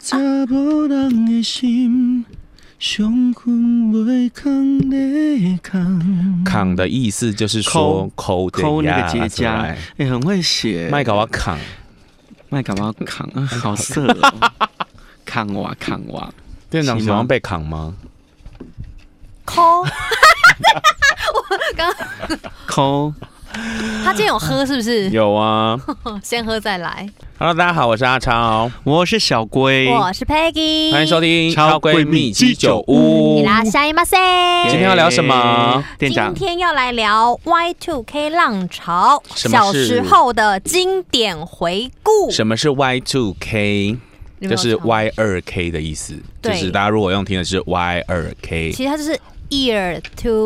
查某人的心，伤痕袂空的空。 扛的意思就是说抠那个结痂，很会写。 麦搞我扛， 麦搞我扛，好色哦！扛哇。 店长喜欢被扛吗？ 抠，我刚抠。 他今天有喝是不是？ 有啊， 先喝再来。 Hello， 大家好，我是阿超， 我是小龟， 我是 Peggy， 欢迎收听《 超闺蜜鸡酒屋》。 いらっしゃいませ。 今天要聊什么？ 店长， 今天要来聊 Y2K 浪潮， 小时候的经典回顾。 什么是 Y2K？就是 Y2K 的意思，就是大家如果用听的是 Y2K， 其实它就是 Year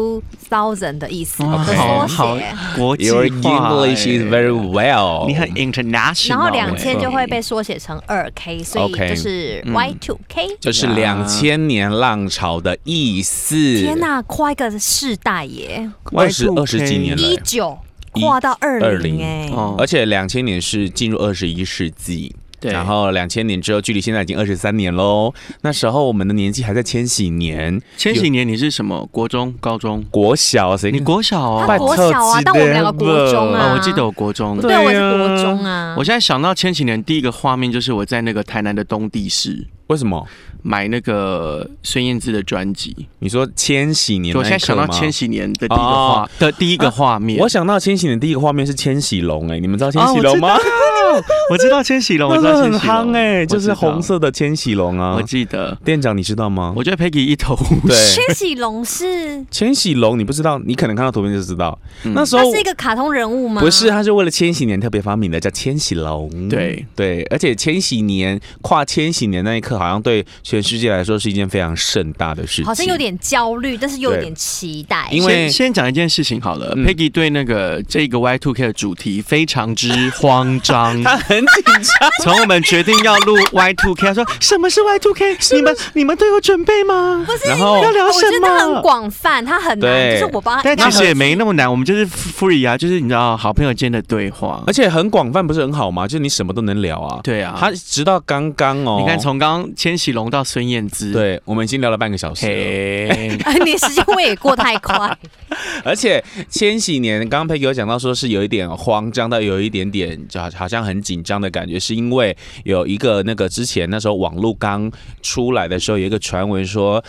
2000的意思， 好国际化。 Your English is very well， 你很 international。 然后2000就会被缩写成2K， 所以就是 Y2K， 就是2000年浪潮的意思。 天哪，跨一个世代耶 ，20几年了 ，19跨到20哎， 而且2000年是进入21世纪。然后2000年之后，距离现在已经23年喽。那时候我们的年纪还在千禧年。 千禧年你是什么？国中、高中、 国小？ 你国小哦？ 他国小啊，但我们两个国中啊。 我记得我国中。 对，我是国中啊。 我现在想到千禧年第一个画面就是我在那个台南的东地市。 为什么？买那个孙燕姿的专辑。 你说千禧年？ 我现在想到千禧年的第一个画面。 我想到千禧年第一个画面是千禧龙，你们知道千禧龙吗？ 我知道千禧龙，我知道很夯就是红色的千禧龙啊。 我记得。 店长你知道吗？ 我觉得 Peggy 一头雾水。千禧龙是千禧龙，你不知道？你可能看到图片就知道。那时候它是一个卡通人物吗？ 不是，它是为了千禧年特别发明的，叫千禧龙。对，而且千禧年跨千禧年那一刻，好像对全世界来说是一件非常盛大的事情， 好像有点焦虑，但是又有点期待。 因为先讲一件事情好了，Peggy 对这个 Y2K 的主题非常之慌张。 他很紧张。 从我们决定要录 Y2K， 他说什么是 Y2K？ 你们都有准备吗？ 不是， 然后要聊什么？我觉得他很广泛，他很难，就是我帮他。 但其实也没那么难，我们就是 free 啊，就是你知道好朋友间的对话， 而且很广泛，不是很好吗？就是你什么都能聊啊。 对啊， 他直到刚刚你看从刚刚千禧龙到孙燕姿， 对，我们已经聊了半个小时了。 你时间会也过太快。 而且千禧年，刚刚 Peggy 有讲到说是有一点慌张到有一点点就好像很紧张的感觉，是因为有一个之前那时候网络刚出来的时候，有一个传闻说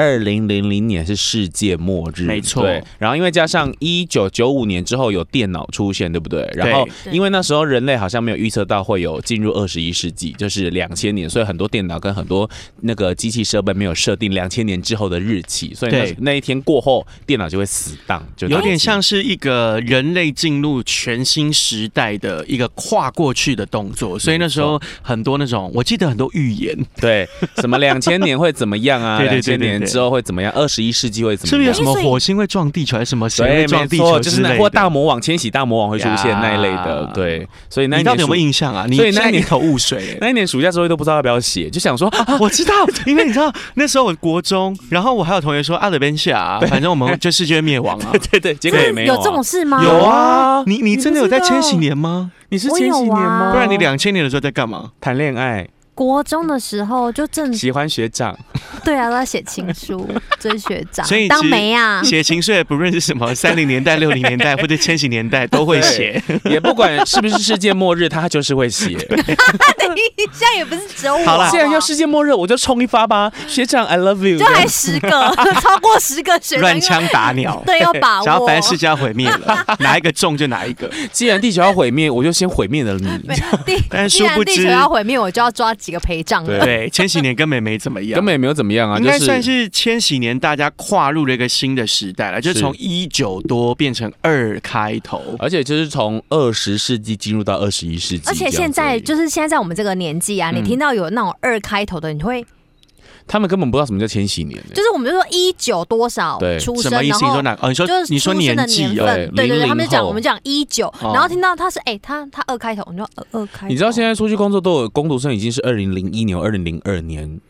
2000年是世界末日， 没错。 对，然后因为加上1995年之后有电脑出现，对不对？然后因为那时候人类好像没有预测到会有进入21世纪，就是2000年，所以很多电脑跟很多那个机器设备没有设定2000年之后的日期，所以那一天过后电脑就会死档，就有点像是一个人类进入全新时代的一个跨过去的动作，所以那时候很多那种，我记得很多预言， 对，什么2000年会怎么样啊？2000年之后会怎么样？21世纪会怎么样？ 是不是有什么火星会撞地球，还是什么谁会撞地球之类的？ 就是或大魔王千禧大魔王会出现那一类的，对。所以那一年你到底有没有印象啊？所以那一年头雾水， 那一年暑假作业都不知道要不要写，就想说我知道，因为你知道那时候我国中，然后我还有同学说阿德边下，反正我们就世界灭亡啊。 对，结果也没有。 有这种事吗？ 有啊，你真的有在千禧年吗？ 你是千禧年吗？ 不然你2000年的时候在干嘛？ 谈恋爱。 国中的时候就喜欢学长， 对啊，都在写情书追学长， 所以当媒啊， 写情书也不论是什么30年代、60年代或者千禧年代都会写， 也不管是不是世界末日，他就是会写。 等一下也不是只有我， 好了，既然要世界末日，我就冲一发吧，学长 I love you， 就还10个，超过10个学长， 乱枪打鸟， 对，要把握， 只要凡世界要毁灭了，哪一个中就哪一个。 既然地球要毁灭，我就先毁灭了你。 但殊不知地球要毁灭，我就要抓几个陪葬的。 对，千禧年根本没怎么样， 根本也没有怎么样啊， 应该算是千禧年大家跨入了一个新的时代了，就从19多变成2开头， 而且就是从20世纪进入到21世纪。 而且现在在我们这个年纪啊，你听到有那种2开头的，你会。 他们根本不知道什么叫千禧年， 就是我们就说19多少出生， 什么意思？你说哪？你说年纪， 对，他们就讲我们讲19，然后听到他是他2开头，你说2开头。 你知道现在出去工作都有工读生已经是2001年、2002年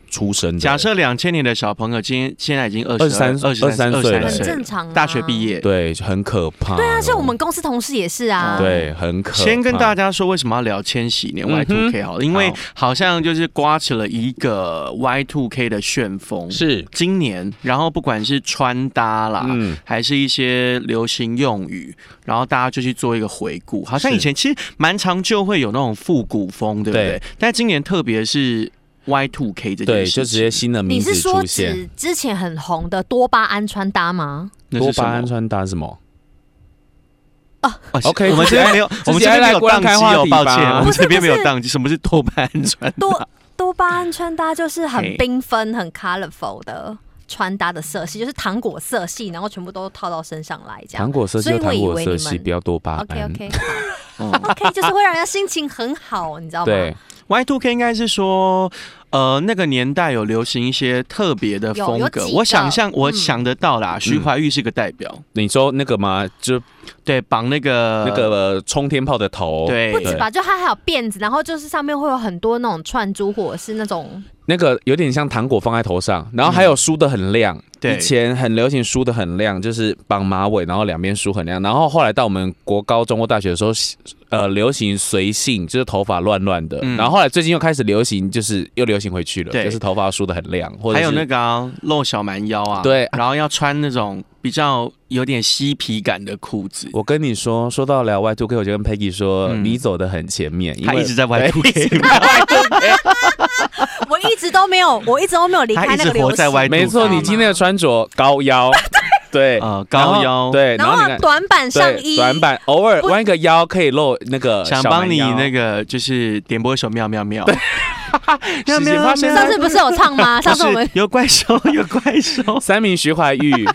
出生的。 假设2000年的小朋友现在已经 23岁了， 很正常啊， 大学毕业， 对，很可怕。 对啊，像我们公司同事也是啊， 对，很可怕。 先跟大家说为什么要聊千禧年 Y2K 好了，因为好像就是刮起了一个 Y2K 的旋风， 是今年，然后不管是穿搭啦，还是一些流行用语，然后大家就去做一个回顾，好像以前其实蛮常就会有那种复古风，对不对？但今年特别是 Y2K 这件事情， 对，就直接新的名字出现。 你是说指之前很红的多巴胺穿搭吗？ 多巴胺穿搭是什么 ？OK， 我们这边没有，我们这边没有档期哦，抱歉，我们这边没有档期。什么是多巴胺穿搭？ 多巴胺穿搭就是很缤纷、很 colorful 的穿搭的色系，就是糖果色系，然后全部都套到身上来，这样。 糖果色系，糖果色系，不要多巴胺。 OK， OK， 就是会让人家心情很好，你知道吗？ 对 ，Y2K 应该是说。那个年代有流行一些特别的风格，我想得到啦。徐怀钰是个代表。 你说那个吗？就对，绑那个冲天炮的头， 对， 不止吧，就它还有辫子，然后就是上面会有很多那种串珠，或者是那种那个有点像糖果放在头上，然后还有梳得很亮。以前很流行梳得很亮，就是绑马尾，然后两边梳很亮。然后后来到我们国高中或大学的时候，流行随性，就是头发乱乱的。然后后来最近又开始流行，就是又流行回去了，就是头发梳得很亮，或者还有那个露小蛮腰啊， 对， 然后要穿那种比较有点嬉皮感的裤子。 我跟你说到聊 Y2K， 我就跟 Peggy 说，你走得很前面， 他一直在 Y2K， 我一直都没有离开那个流行。 没错，你今天的穿着高腰。对， 高腰， 对，然后短版上衣， 短版偶尔弯一个腰可以露那个。 想帮你那个就是点播一首妙妙妙。 上次不是有唱吗？上次我们有怪兽 ，3名徐怀钰。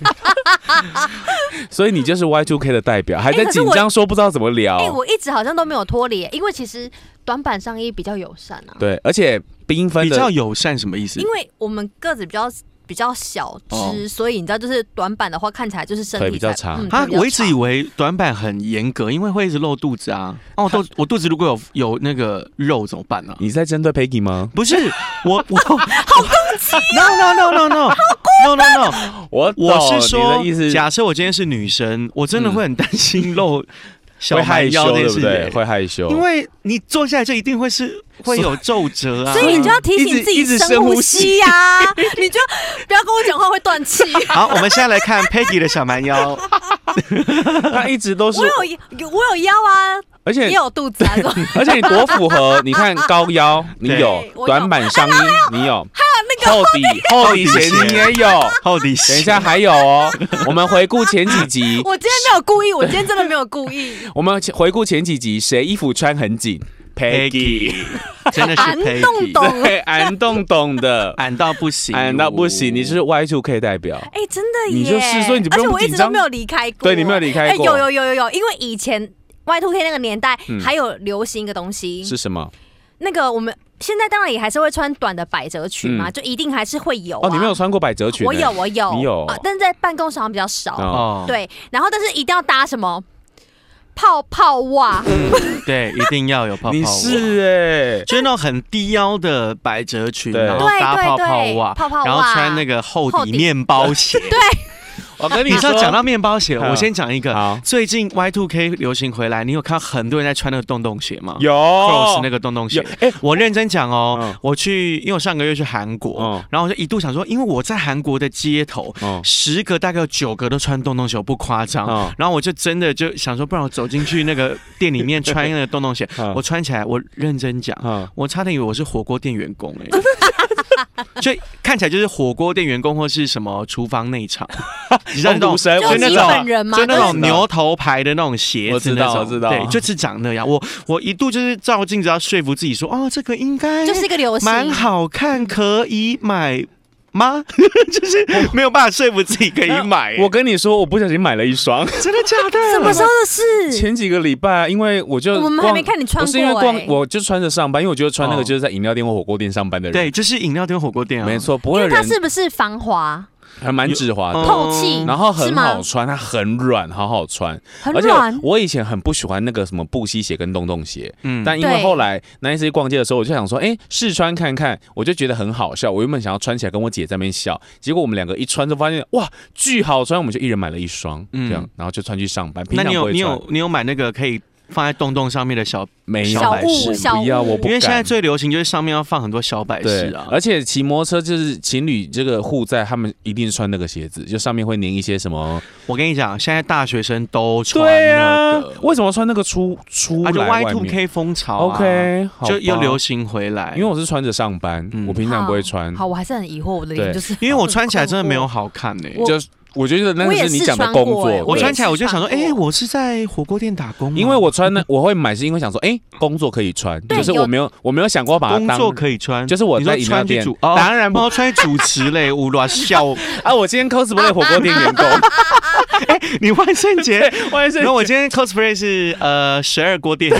所以你就是 Y2K 的代表，还在紧张说不知道怎么聊。 我一直好像都没有脱离，因为其实短版上衣比较友善啊。 对，而且缤纷的比较友善什么意思？ 因为我们个子比较小只，所以你知道，就是短版的话看起来就是身体比较长。 我一直以为短版很严格，因为会一直露肚子啊。我肚子如果有那个肉怎么办呢？ 你在针对 Peggy 吗？ 不是，我好攻击 ！No， 我是说， 意思假设我今天是女生，我真的会很担心露小蛮腰这件事情， 会害羞， 因为你坐下来就一定会有皱褶啊， 所以你就要提醒自己深呼吸呀，你就不要跟我讲话会断气。 好，我们现在来看 Peggy 的小蛮腰， 她一直都是我有腰啊， 而且也有肚子啊， 而且你多符合，你看高腰你有，短版上衣你有， 还有那个厚底鞋你也有， 厚底鞋。 等一下还有哦，我们回顾前几集， 我今天没有故意，我今天真的没有故意。 我们回顾前几集，谁衣服穿很紧？Peggy， 真的是 Peggy， 对， 俺懂的， 俺到不行， 你是 Y2K 代表。 真的耶， 你就是，所以你不用紧张。 而且我一直都没有离开过。 对，你没有离开过。 有，因为以前 Y2K 那个年代还有流行一个东西是什么？ 那个我们现在当然也还是会穿短的百褶裙嘛，就一定还是会有。 你没有穿过百褶裙？ 我有， 你有但是在办公室好像比较少。对，然后但是一定要搭什么？泡泡袜， 对，一定要有泡泡袜。 你是就是那种很低腰的百褶裙，然后搭泡泡袜，然后穿那个厚底面包鞋。 对。 我跟你说， 讲到面包鞋，我先讲一个。最近 Y2K 流行回来，你有看到很多人在穿那个洞洞鞋吗？ 有 ，Cross 那个洞洞鞋。我认真讲哦，因为我上个月去韩国，然后我就一度想说，因为我在韩国的街头，10个大概有9个都穿洞洞鞋，不夸张。然后我就真的就想说，不然我走进去那个店里面穿那个洞洞鞋，我穿起来，我认真讲，我差点以为我是火锅店员工就看起来就是火锅店员工或是什么厨房内场，你知道那种就那种牛头牌的那种鞋子那种， 我知道， 对，就是长那样。我一度就是照镜子要说服自己说，这个应该就是一个流行， 蛮好看，可以买吗？就是没有办法说服自己可以买。 我跟你说，我不小心买了一双， 真的假的？ 什么时候的事？ 前几个礼拜，因为我们还没看你穿过， 是因为我就穿着上班，因为我觉得穿那个就是在饮料店或火锅店上班的人。 对，就是饮料店、火锅店啊， 没错，不会有人。 因为它是不是防滑？ 还蛮止滑的， 透气， 然后很好穿，它很软，好好穿。 很软。 而且我以前很不喜欢那个什么布希鞋跟洞洞鞋，但因为后来那一次逛街的时候，我就想说，试穿看看，我就觉得很好笑。我原本想要穿起来跟我姐在那边笑，结果我们两个一穿就发现，哇，巨好穿，我们就一人买了1双，这样，然后就穿去上班。 那你有买那个可以放在洞洞上面的小摆饰？ 不要，我不敢。 因为现在最流行就是上面要放很多小摆饰啊。 而且骑摩托车就是情侣这个互载，他们一定穿那个鞋子，就上面会粘一些什么。 我跟你讲，现在大学生都穿那个， 为什么穿那个出来？ 就 Y2K 风潮 ，OK， 就又流行回来。 因为我是穿着上班，我平常不会穿。 好，我还是很疑惑，我的脸就是因为我穿起来真的没有好看呢， 就。我觉得那是你讲的工作， 我穿起来我就想说，我是在火锅店打工。 因为我穿我会买是因为想说，工作可以穿，就是我没有想过把它当工作可以穿， 就是我在饮料店，当然不穿主持嘞，乌拉笑啊！我今天 cosplay 火锅店员工， 你万圣节，然后我今天 cosplay 是12锅店员，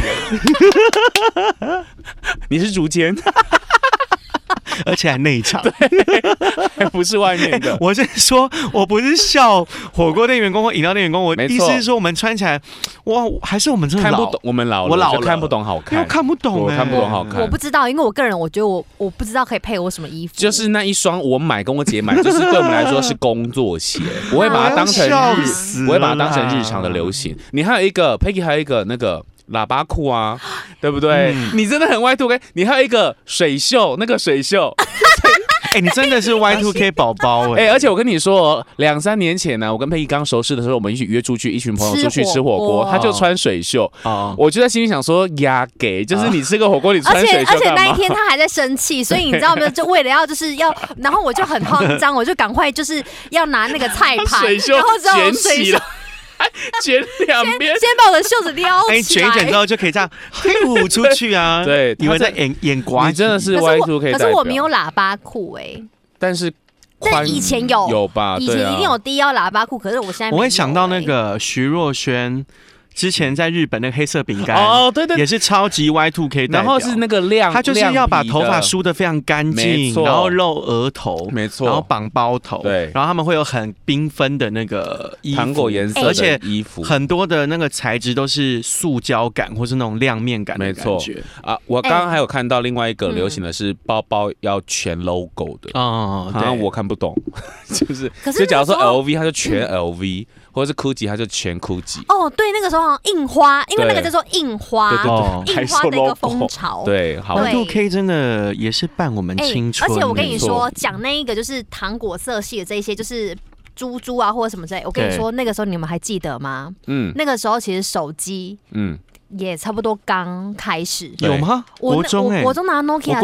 你是竹签。 而且还内场， 对，还不是外面的。 我是说，我不是笑火锅店员工或饮料店员工，我意思是说，我们穿起来，哇，还是我们真的看不懂，我们老了，我老了看不懂好看， 我看不懂， 我看不懂好看。 我不知道，因为我个人我觉得我不知道可以配我什么衣服。 就是那一双我买跟我姐买，就是对我们来说是工作鞋，我会把它当成日常的流行。你还有一个 Peggy， 还有一个那个。喇叭裤啊，对不对？你真的很 Y2K， 你还有一个水袖，那个水袖， 你真的是 Y2K 宝宝而且我跟你说，2-3年前呢，我跟佩仪刚熟识的时候，我们一起约出去，一群朋友出去吃火锅，他就穿水袖，我就在心里想说，呀给，就是你吃个火锅，你穿水袖而且那一天他还在生气，所以你知道没有？就为了要就是要，然后我就很慌张，我就赶快就是要拿那个菜盘， 然后之后水袖。卷两边， 先把我的袖子撩起来， 卷一卷之后就可以这样呼出去啊！ 对， 以为在演寡， 你真的是 Y2K 可是我没有喇叭裤但以前有吧？ 以前一定有低腰喇叭裤，可是我现在没有。 我会想到那个徐若瑄。之前在日本那个黑色饼干对， 也是超级 Y2K 代表， 然后是那个他就是要把头发梳得非常干净，然后露额头， 没错， 然后绑包头， 对， 然后他们会有很缤纷的那个衣服， 糖果颜色的衣服， 很多的那个材质都是塑胶感或是那种亮面感的感觉啊。我刚刚还有看到另外一个流行的是包包要全 logo 的好像我看不懂，就假如说 LV 它就全 LV。或者是 Gucci， 它就全 Gucci。 对，那个时候好像印花，因为那个叫做印花，印花的一个风潮。 对，好 Y2K 真的也是伴我们青春。 而且我跟你说，讲那一个就是糖果色系的这些，就是猪猪啊或者什么之类。我跟你说，那个时候你们还记得吗？那个时候其实手机，也差不多刚开始。 有吗？国中拿 Nokia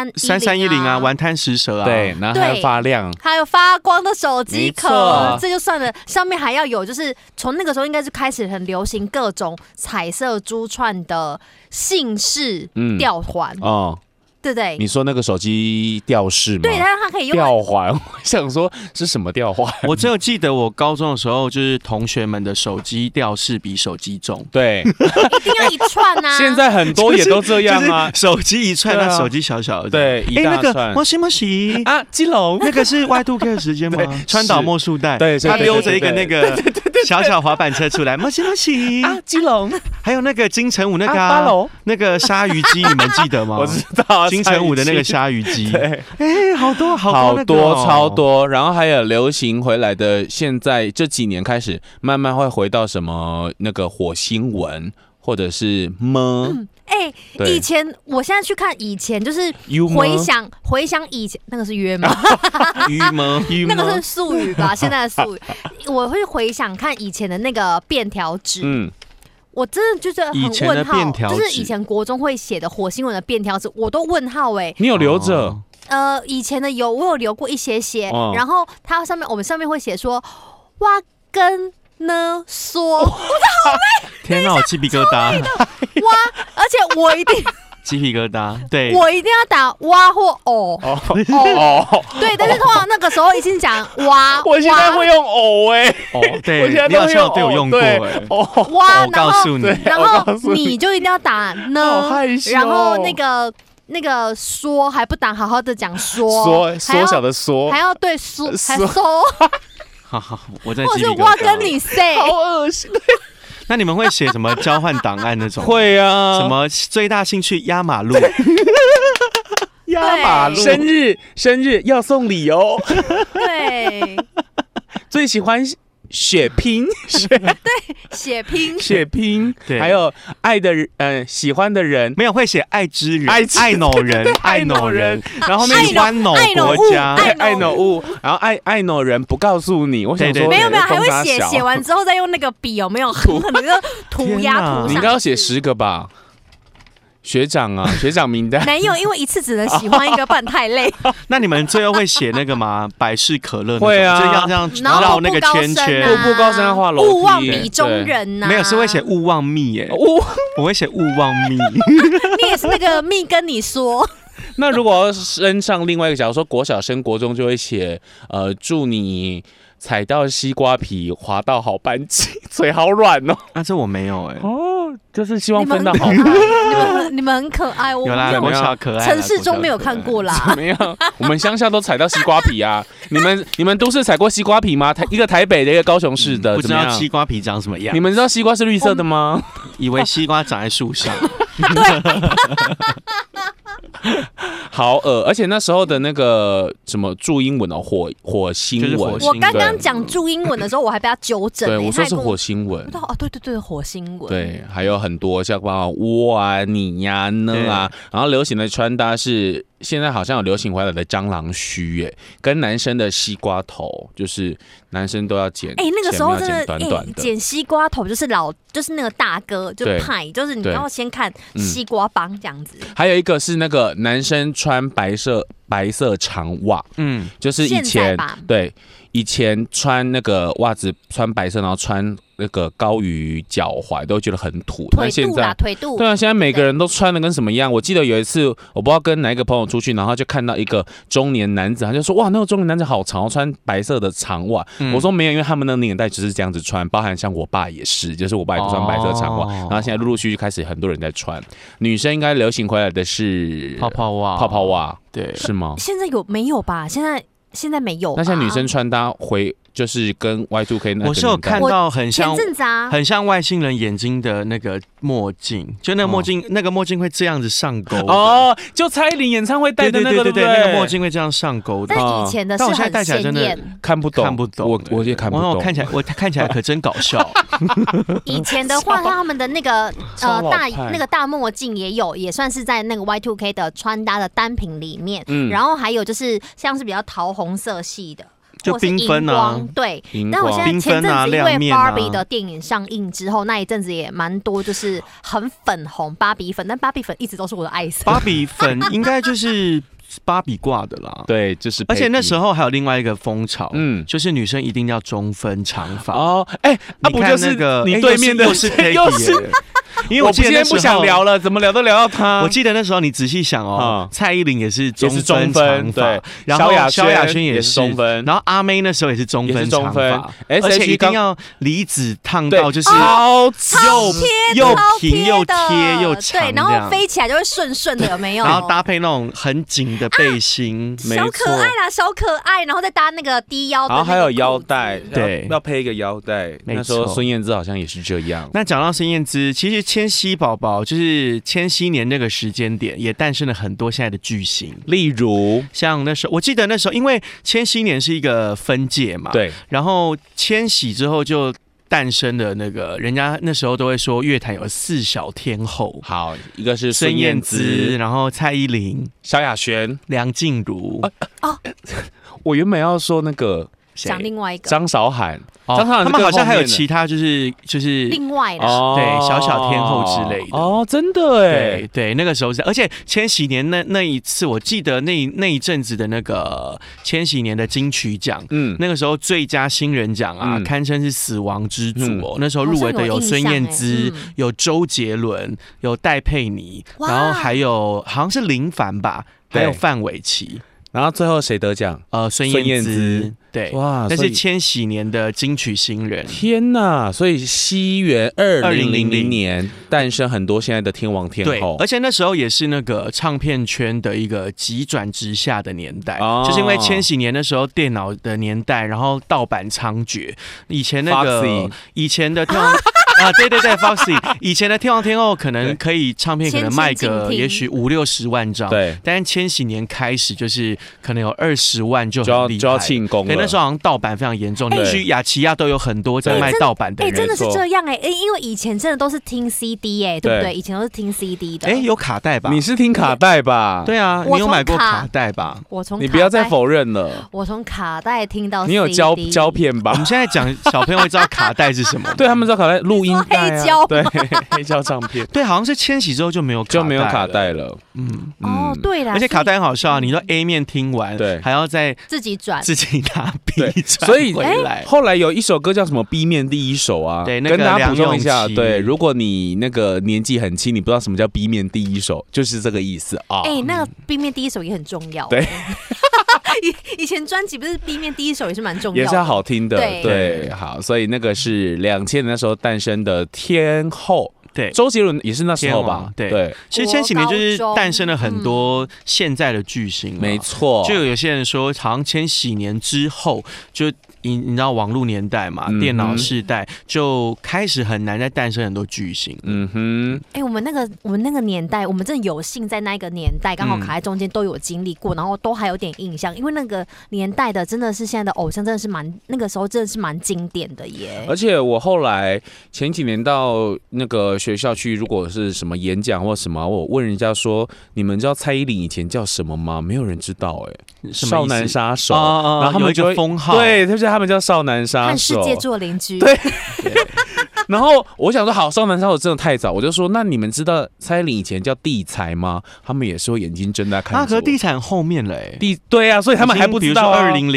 3310 啊，玩贪食蛇啊， 对，然后还有发亮， 还有发光的手机壳，这就算了。上面还要有，就是从那个时候应该就开始很流行各种彩色珠串的姓氏吊环对不对？ 你说那个手机吊饰吗？ 对，但是它可以用吊环。我想说是什么吊环？ 我只有记得我高中的时候，就是同学们的手机吊饰比手机重。 对， 一定要一串啊！ 现在很多也都这样啊， 手机一串，那手机小小的。 对，一大串。 摩西摩西啊，基隆那个是 Y2K 的时间吗？川岛茉树代， 对， 他溜着一个那个小小滑板车出来，摩西摩西啊，基隆。 还有那个金城武那个那个鲨鱼机，你们记得吗？ 我知道。 金城武的那个鲨鱼机，好多超多，然后还有流行回来的，现在这几年开始慢慢会回到什么那个火星文，或者是以前我现在去看以前，就是回想以前那个是约吗？ 鱼吗？ 那个是术语吧？现在的术语，我会回想看以前的那个便条纸，我真的觉得很问号，就是以前国中会写的火星文的便条纸，我都问号你有留着？ 以前的我有留过一些，然后它我们上面会写说挖根呢说，我的好累， 天哪，我鸡皮疙瘩， 哇！而且我一定。 鸡皮疙瘩，对， 我一定要打哇或哦，对，但是通常那个时候已经讲哇， 我现在会用哦对，我现在你好像都有用过哇， 我告诉你， 然后你就一定要打呢， 好害羞， 然后那个那个说还不打好好的讲说缩小的缩， 还要对说还说， 好，我在或者是我要跟你 say， 好恶心。 那你们会写什么交换档案那种？ 会啊， 什么最大兴趣压马路？ 压马路，生日要送礼哦。 对， 最喜欢血拼， 血拼，还有爱的喜欢的人， 没有会写爱之人，爱某人，然后喜欢某国家， 爱某物，然后爱某人不告诉你。我想说， 没有，还会写完之后再用那个笔有没有狠狠的涂鸦涂上？ 你应该要写10个吧。学长啊，学长名单没有，因为一次只能喜欢一个，不然太累。 那你们最后会写那个吗？百事可乐会啊， 就要这样绕那个圈圈， 步步高升要画楼梯， 勿忘笔中人呐。 没有，是会写勿忘蜜耶。我会写勿忘蜜。 你也是那个蜜跟你说。 那如果要升上另外一个，假如说国小升国中，就会写祝你踩到西瓜皮，滑到好班级，嘴好软哦。 这我没有就是希望分到好班。 你们很可爱， 有啦，国小可爱。 城市中没有看过啦。 没有，我们乡下都踩到西瓜皮啊。你们都市踩过西瓜皮吗？一个台北的，一个高雄市的， 不知道西瓜皮长什么样。 你们知道西瓜是绿色的吗？ 以为西瓜长在树上。 对。 好而且那时候的那个什么注英文火星文， 我刚刚讲注英文的时候，我还被他纠正。 对，我说是火星文。 对，火星文。 对，还有很多像包括我啊、你呀、呢啊，然后流行的穿搭是现在好像有流行回来的蟑螂须，跟男生的西瓜头，就是男生都要剪。 那个时候真的短短的剪西瓜头，就是那个大哥就派，就是你要先看西瓜帮这样子。 还有一个是那个男生穿白色长袜，就是以前穿那个袜子穿白色，然后穿那个高于脚踝，都觉得很土。 腿肚啦，腿肚。 对啊，现在每个人都穿的跟什么样？我记得有一次，我不知道跟哪一个朋友出去，然后就看到一个中年男子，他就说：“哇，那个中年男子好长，穿白色的长袜。”我说：“没有，因为他们那个年代就是这样子穿，包含像我爸也是，就是我爸也不穿白色长袜。然后现在陆陆续续开始很多人在穿。女生应该流行回来的是泡泡袜，对， 是吗？ 现在没有吧？现在没有。 那现在女生穿搭就是跟 Y2K 那个， 我是有看到很像前阵子很像外星人眼睛的那个墨镜，就那个墨镜，那个墨镜会这样子上钩就蔡依林演唱会戴的那个，对， 那个墨镜会这样上钩的。 但以前的是很鲜艳， 看不懂，我也看不懂。 我看起来可真搞笑。 以前的话，他们的那个大墨镜也算是在那个 Y2K 的穿搭的单品里面。然后还有就是像是比较桃红色系的。 就缤纷啊， 对。但我现在前阵子因为 Barbie 的电影上映之后，那一阵子也蛮多，就是很粉红芭比粉，但芭比粉一直都是我的爱色。 芭比粉应该就是芭比挂的啦， 对，就是。 而且那时候还有另外一个风潮，就是女生一定要中分长发。 不就是那个你对面的是 Peggy。因为我今天不想聊了，怎么聊都聊到他。 我记得那时候你仔细想蔡依林也是中分长发， 对， 然后萧亚轩也是中分， 然后阿妹那时候也是中分长发，而且一定要离子烫到就是又平又贴又长， 对，然后飞起来就会顺顺的，有没有？ 然后搭配那种很紧的背心， 小可爱啦，小可爱，然后再搭那个低腰的， 然后还有腰带， 对， 要配一个腰带。那时候孙燕姿好像也是这样。 那讲到孙燕姿，其实千禧宝宝就是千禧年那个时间点，也诞生了很多现在的巨星， 例如像那时候，我记得那时候，因为千禧年是一个分界嘛， 对， 然后千禧之后就诞生的那个，人家那时候都会说乐坛有4小天后， 好，一个是孙燕姿，然后蔡依林、 萧亚轩、 梁静茹。 我原本要说那个。 讲另外一个张韶涵， 他们好像还有其他就是另外的对小天后之类的真的哎， 对，那个时候是，而且千禧年那一次，我记得那一阵子的那个千禧年的金曲奖，那个时候最佳新人奖啊，堪称是死亡之组那时候入围的有孙燕姿，有周杰伦，有戴佩妮，然后还有好像是林凡吧，还有范玮琪。 然后最后谁得奖？ 孙燕姿。对，哇，那是千禧年的金曲新人。 天哪！所以西元2000年诞生很多现在的天王天后， 对，而且那时候也是那个唱片圈的一个急转直下的年代，就是因为千禧年的时候电脑的年代，然后盗版猖獗，以前的天王对 Foxy， 以前的天王天后可能可以唱片可能卖个也许50-60万张，对，但是千禧年开始就是可能有20万就很厉害， 就要庆功了。 那时候好像盗版非常严重，你去雅琪亚都有很多在卖盗版的人。 真的是这样因为以前真的都是听 CD 对不对？以前都是听 CD 的。 有卡带吧？ 你是听卡带吧？ 对啊，你有买过卡带吧？ 你不要再否认了。 我从卡带听到 CD， 你有胶片吧？ 我们现在讲小朋友会知道卡带是什么？ 对，他们知道卡带，录音带黑胶， 对，黑胶唱片。 对，好像是千禧之后就没有卡带了。 对啦。 而且卡带很好笑啊，你说 A 面听完，对，还要再自己转， 自己拿 B 转。 所以后来有一首歌叫什么 B 面第一首啊？ 对， 跟大家补充一下。对，如果你那个年纪很轻，你不知道什么叫 B 面第一首，就是这个意思啊。 那个 B 面第一首也很重要。 对， 以前专辑不是 B 面第一首也是蛮重要的， 也是要好听的。对，好，所以那个是2000年那时候诞生的天后。对，周杰伦也是那时候吧？对， 其实千禧年就是诞生了很多现在的巨星， 没错。 就有些人说，好像千禧年之后就。你知道网络年代嘛，电脑世代就开始很难再诞生很多巨星。 我们那个年代，我们真的有幸在那个年代刚好卡在中间都有经历过，然后都还有点印象，因为那个年代的真的是现在的偶像真的是那个时候真的是蛮经典的耶。 而且我后来前几年到那个学校去，如果是什么演讲或什么，我问人家说，你们知道蔡依林以前叫什么吗？没有人知道少男杀手，然后他们就会封号， 对，他们叫少男杀手， 和世界做邻居。 对。然后我想说，好，少男杀手真的太早，我就说，那你们知道蔡依林以前叫地才吗？他们也是会眼睛睁大看着我。 可是地才很后面了对啊，所以他们还不知道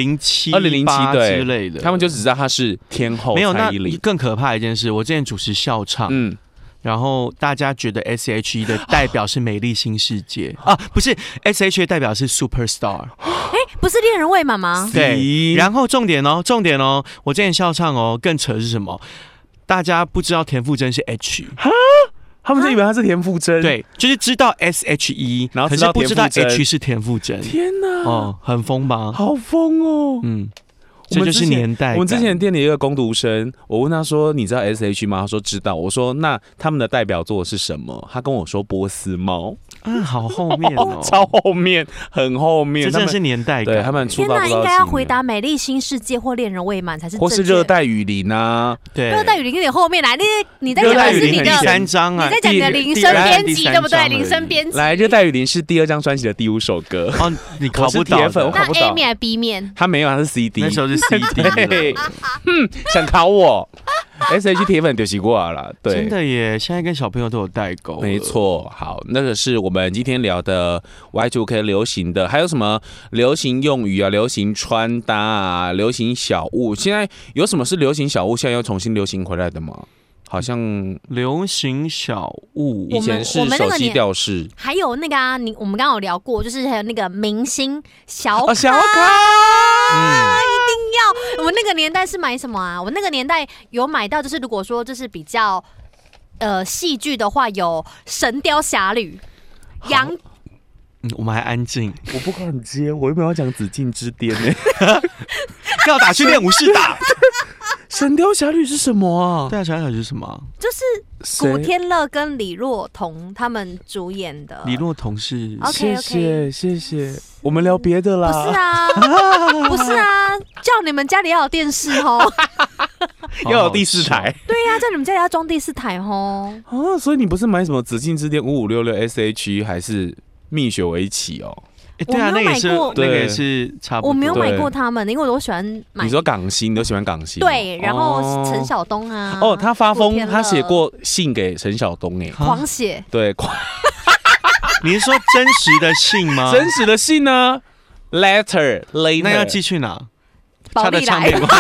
2007、2008之类的， 他们就只知道他是天后蔡依林。 没有，那更可怕的一件事，我之前主持校唱，然后大家觉得 S.H.E 的代表是美丽新世界不是 S.H.E 的代表是 Superstar， 不是恋人未满吗？ 对，然后重点哦，我之前校唱更扯的是什么？大家不知道田馥甄是 H， 他们就以为他是田馥甄， 对，就是知道 S.H.E， 然后可是不知道 H 是田馥甄。 天哪， 很疯吧？ 好疯哦， 这就是年代感。 我们之前店里有一个工读生，我问他说：“你知道 S.H.E 吗？”他说：“知道。”我说：“那他们的代表作是什么？”他跟我说：“波斯猫。” 好后面超后面，很后面， 这真的是年代感。 对，他们出道不到应该要回答美丽新世界或恋人未满才是正确， 或是热带雨林啊。 对，热带雨林有点后面来，你在讲的是你的第3章啊， 你在讲你的铃声编辑对不对？铃声编辑。 来，热带雨林是第2张专辑的第5首歌。 你考不到， 我考不到。 那 A 面还是 B 面？ 他没有，他是 CD， 那时候是 CD。 想考我？S.H 铁粉丢西过来了，对， 真的耶！现在跟小朋友都有代沟， 没错。好，那个是我们今天聊的 Y2K 流行的，还有什么流行用语啊、流行穿搭啊、流行小物？现在有什么是流行小物，现在又重新流行回来的吗？好像流行小物， 以前是手机吊饰， 还有那个我们刚刚有聊过，就是还有那个明星小卡， 小卡， 一定要。我们那个年代是买什么啊？我那个年代有买到，就是如果说就是比较戏剧的话，有《神雕侠侣》杨。 我们还安静， 我不敢接，我又没有讲紫禁之巅呢。 要打去练武士打。 神雕侠侣是什么啊？ 对啊，神雕侠侣是什么？ 就是古天乐跟李若彤他们主演的。 李若彤是 OK， 谢谢。我们聊别的啦。 不是啊，叫你们家里要有电视哦， 要有第4台。 对呀，叫你们家里要装第4台哦。 所以你不是买什么紫禁之巅5566 S.H.E 还是蜜雪薇琪哦？ 对啊，那个也是差不多。 我没有买过他们，因为我都喜欢买。 你说港星，你都喜欢港星？ 对，然后陈晓东啊。 他发疯，他写过信给陈晓东狂写。 对， 你是说真实的信吗？ 真实的信呢 ？Letter， 那要寄去哪？ 宝丽来。我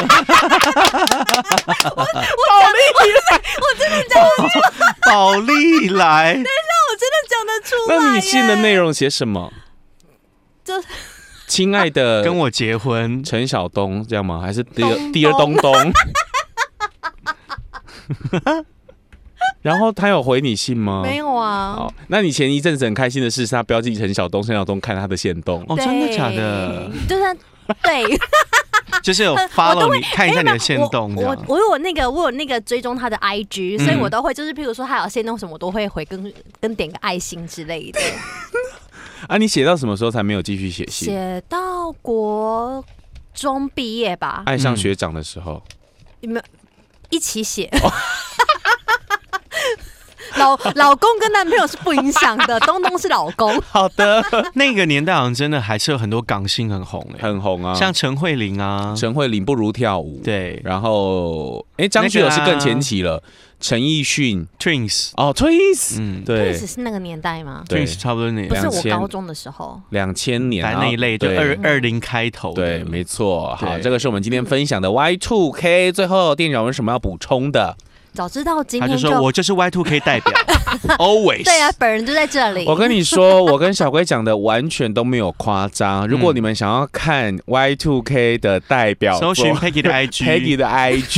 真的讲得出。 宝丽来。 等一下，我真的讲得出来。 那你信的内容写什么？ 亲爱的， 跟我结婚， 陈晓东这样吗？还是第二东东？然后他有回你信吗？ 没有啊。 好，那你前一阵子很开心的事是他标记陈晓东看他的限动。 哦，真的假的？ 就是对。 就是有 follow 你看一下你的限动， 我有那个追踪他的 IG， 所以我都会就是譬如说他有限动什么，我都会回跟点个爱心之类的。 啊，你写到什么时候才没有继续写信？ 写到国中毕业吧。 爱上学长的时候， 有没有一起写？老公跟男朋友是不影响的，东东是老公。 好的， 那个年代好像真的还是有很多港星很红很红啊， 像陈慧琳啊， 陈慧琳不如跳舞， 对， 然后张学友是更前期了，陈奕迅 Twins 哦 Twins， 对 ，Twins 是那个年代吗？ Twins 差不多那不是我高中的时候 ，2000年那一类，就20开头， 对，没错。好，这个是我们今天分享的 Y2K， 最后店长有什么要补充的？ 早知道今天他就说我就是 Y2K 代表，always。 对啊，本人就在这里。 我跟你说，我跟小龟讲的完全都没有夸张。如果你们想要看 Y2K 的代表， 搜寻 Peggy 的 IG，Peggy 的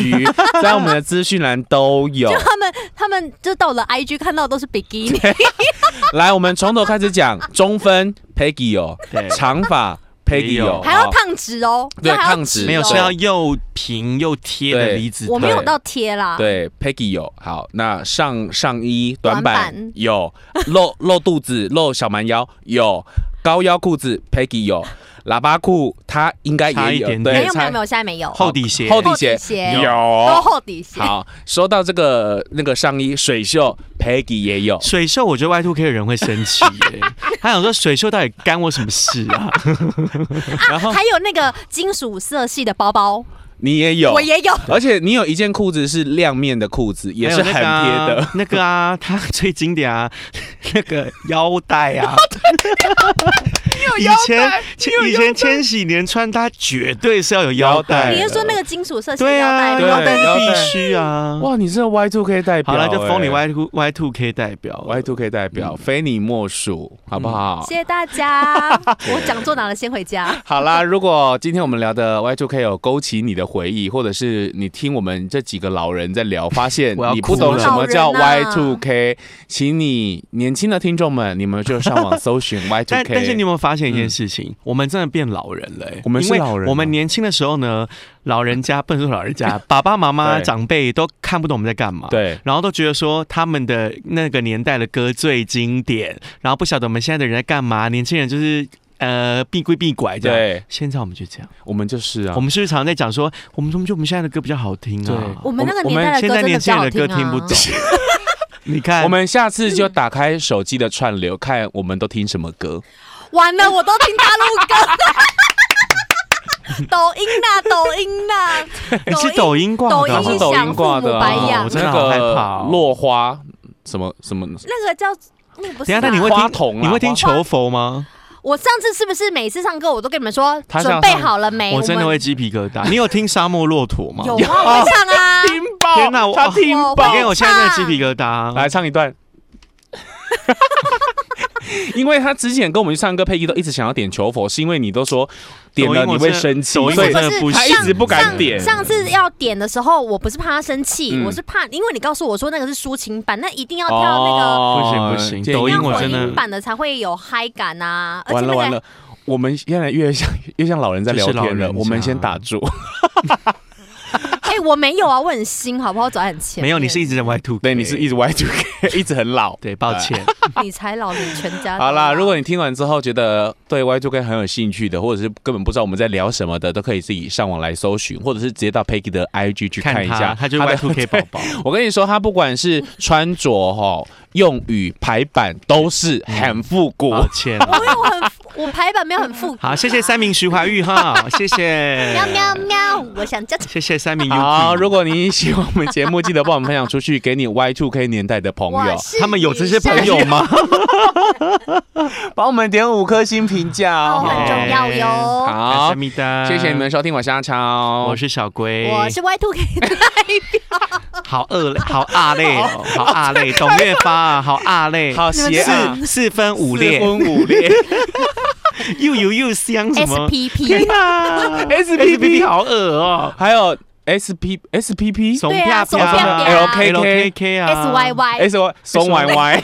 IG 在我们的资讯栏都有。 就他们就到了 IG 看到的都是比基尼。 来，我们从头开始讲，中分 Peggy 有，长发。Peggy 有， 还要烫直哦， 对，烫直没有是要又平又贴的离子， 我没有到贴啦。 对 ，Peggy 有。好，那上衣短版有，露肚子露小蛮腰有，高腰裤子 Peggy 有，喇叭裤它应该也有， 没有，现在没有。 厚底鞋有， 都厚底鞋。 好，说到那个上衣水袖 Peggy 也有， 水袖我觉得 Y2K 的人会生气耶，他想说水袖到底干我什么事啊？ 然后还有那个金属色系的包包。 你也有， 我也有， 而且你有一件裤子是亮面的裤子，也是很贴的。 那个啊，它最经典啊，那个腰带啊。以前千禧年穿它绝对是要有腰带。 你是说那个金属色系的腰带？ 对啊，腰带是必须啊。 哇，你是 Y2K 代表， 好了，就封你 Y2K 代表 ，Y2K 代表，非你莫属，好不好？ 谢谢大家。我讲座拿了，先回家。 好啦，如果今天我们聊的 Y2K 有勾起你的回忆，或者是你听我们这几个老人在聊，发现你不懂什么叫 Y2K， 请你年轻的听众们，你们就上网搜寻 Y2K。 但是你有没有发现一件事情？我们真的变老人了。 我们是老人。 我们年轻的时候呢，老人家不能说老人家，爸爸妈妈长辈都看不懂我们在干嘛。 对。 然后都觉得说他们的那个年代的歌最经典，然后不晓得我们现在的人在干嘛。年轻人就是避规避拐这样。 对。 现在我们就这样， 我们就是啊。 我们是不是常常在讲说，我们现在的歌比较好听啊？ 我们那个年代的歌真的比较好听啊。现在年轻人的歌听不懂。 你看， 我们下次就打开手机的串流，看我们都听什么歌。 完了，我都听大陆歌。抖音啦， 是抖音挂的， 是抖音挂的啊！ 我真的好害怕。 落花什么， 那个叫那个不是？ 等一下，那你会听求佛吗？ 我上次是不是每次唱歌我都跟你们说准备好了没？ 我真的会鸡皮疙瘩。你有听沙漠骆驼吗？ 有啊，我会唱啊！ 听爆！ 天哪， 他听爆！ 我现在真的鸡皮疙瘩。 来唱一段。因为他之前跟我们去唱歌，Peggy都一直想要点求佛，是因为你都说点了你会生气，所以他一直不敢点。 上次要点的时候，我不是怕他生气，我是怕，因为你告诉我说那个是抒情版，那一定要跳那个不行， 抖音我真的版的才会有嗨感啊！ 完了，我们越来越像老人在聊天了，我们先打住。 我没有啊，我很新，好不好？走在很前面。 没有，你是一直在 Y2K， 对，你是一直 Y2K， 一直很老。 对，抱歉。 你才老，你全家。 好啦，如果你听完之后觉得对 Y2K 很有兴趣的，或者是根本不知道我们在聊什么的，都可以自己上网来搜寻，或者是直接到 Peggy 的 IG 去看一下。 他就是 Y2K 宝宝。 我跟你说，他不管是穿着用语排版都是很复古。 抱歉， 我排版没有很复古。 好，谢谢3名徐怀钰哈，谢谢。 喵喵喵，我想叫。 谢谢3名。 好，如果你喜欢我们节目，记得帮我们分享出去，给你 Y2K 年代的朋友。 他们有这些朋友吗？ 帮我们点5颗星评价哦， 很重要哟。 好，谢谢你们收听，我是阿超， 我是小龟， 我是 Y2K 代表。 好好阿累哦，好阿累，董月发啊，好阿累， 好邪啊 ，4分5裂， 又香什么 SPP？ 天哪 SPP 好恶哦， 还有 SPP 松对啊， 啪松啪啪 LKK 啊 SYY 松 YY，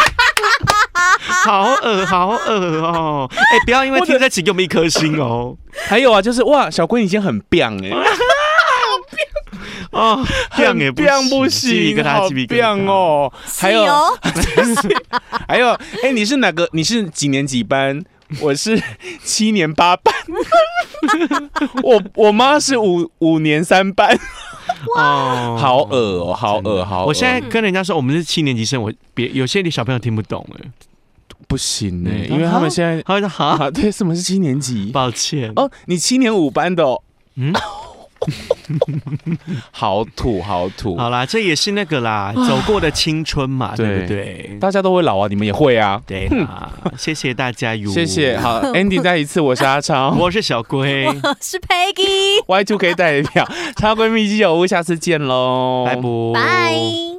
好恶哦！不要因为听这集给我们1颗星哦。 还有啊，就是哇，小龟你今天很棒哦， 很棒不行，好棒哦！还有，你是哪个？你是几年级班？我是7年8班，我妈是5年3班。哦，好恶哦，好恶。 我现在跟人家说我们是7年级生，有些小朋友听不懂不行因为他们现在他会说哈， 对，什么是7年级？ 抱歉哦，你7年5班的哦。好土。 好啦，这也是那个啦，走过的青春嘛，对不对？ 大家都会老啊，你们也会啊。 对啦，谢谢大家哟， 谢谢。好 ，Andy 再一次，我是阿超， 我是小龟， 我是 Peggy， Y2K 代表超闺蜜基友屋，下次见喽， 拜拜。